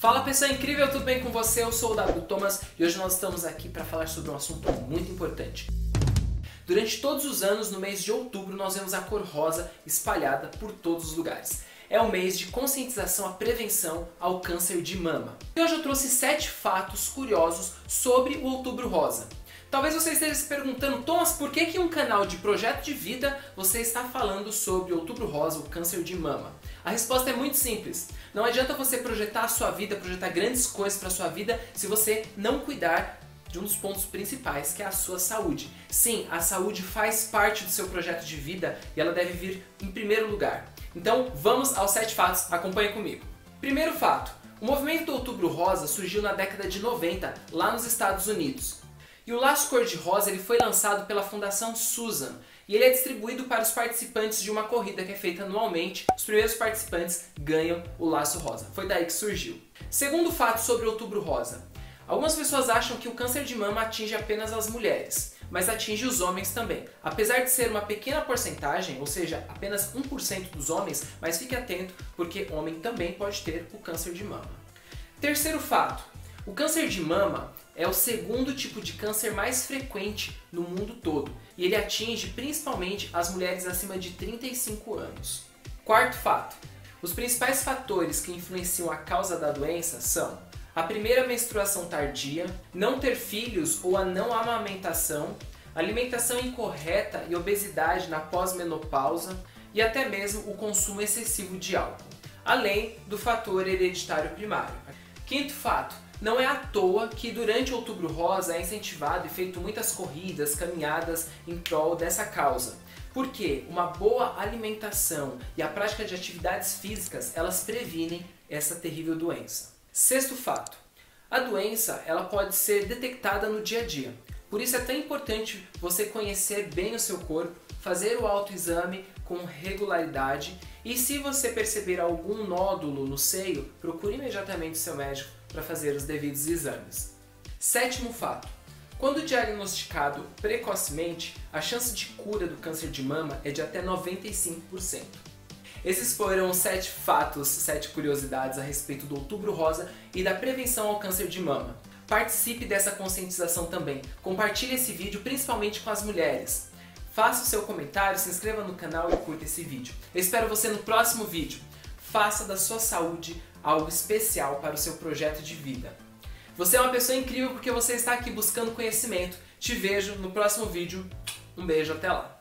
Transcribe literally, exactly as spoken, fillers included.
Fala pessoa incrível, tudo bem com você? Eu sou o W Thomas e hoje nós estamos aqui para falar sobre um assunto muito importante. Durante todos os anos, no mês de outubro, nós vemos a cor rosa espalhada por todos os lugares. É o mês de conscientização à prevenção ao câncer de mama. E hoje eu trouxe sete fatos curiosos sobre o Outubro Rosa. Talvez você esteja se perguntando, Thomas, por que que em um canal de projeto de vida você está falando sobre o Outubro Rosa, o câncer de mama? A resposta é muito simples. Não adianta você projetar a sua vida, projetar grandes coisas para a sua vida, se você não cuidar de um dos pontos principais, que é a sua saúde. Sim, a saúde faz parte do seu projeto de vida e ela deve vir em primeiro lugar. Então, vamos aos sete fatos, acompanhe comigo. Primeiro fato, o movimento do Outubro Rosa surgiu na década de noventa, lá nos Estados Unidos. E o laço cor-de-rosa ele foi lançado pela Fundação Susan e ele é distribuído para os participantes de uma corrida que é feita anualmente. Os primeiros participantes ganham o laço rosa. Foi daí que surgiu. Segundo fato sobre o Outubro Rosa. Algumas pessoas acham que o câncer de mama atinge apenas as mulheres, mas atinge os homens também. Apesar de ser uma pequena porcentagem, ou seja, apenas um por cento dos homens, mas fique atento porque homem também pode ter o câncer de mama. Terceiro fato. O câncer de mama é o segundo tipo de câncer mais frequente no mundo todo e ele atinge principalmente as mulheres acima de trinta e cinco anos. Quarto fato. Os principais fatores que influenciam a causa da doença são a primeira menstruação tardia, não ter filhos ou a não amamentação, alimentação incorreta e obesidade na pós-menopausa e até mesmo o consumo excessivo de álcool, além do fator hereditário primário. Quinto fato. Não é à toa que durante o Outubro Rosa é incentivado e feito muitas corridas, caminhadas em prol dessa causa. Porque uma boa alimentação e a prática de atividades físicas, elas previnem essa terrível doença. Sexto fato. A doença ela pode ser detectada no dia a dia. Por isso é tão importante você conhecer bem o seu corpo, fazer o autoexame com regularidade e se você perceber algum nódulo no seio, procure imediatamente o seu médico para fazer os devidos exames. Sétimo fato. Quando diagnosticado precocemente, a chance de cura do câncer de mama é de até noventa e cinco por cento. Esses foram os sete fatos, sete curiosidades a respeito do Outubro Rosa e da prevenção ao câncer de mama. Participe dessa conscientização também. Compartilhe esse vídeo principalmente com as mulheres. Faça o seu comentário, se inscreva no canal e curta esse vídeo. Eu espero você no próximo vídeo. Faça da sua saúde algo especial para o seu projeto de vida. Você é uma pessoa incrível porque você está aqui buscando conhecimento. Te vejo no próximo vídeo. Um beijo, até lá!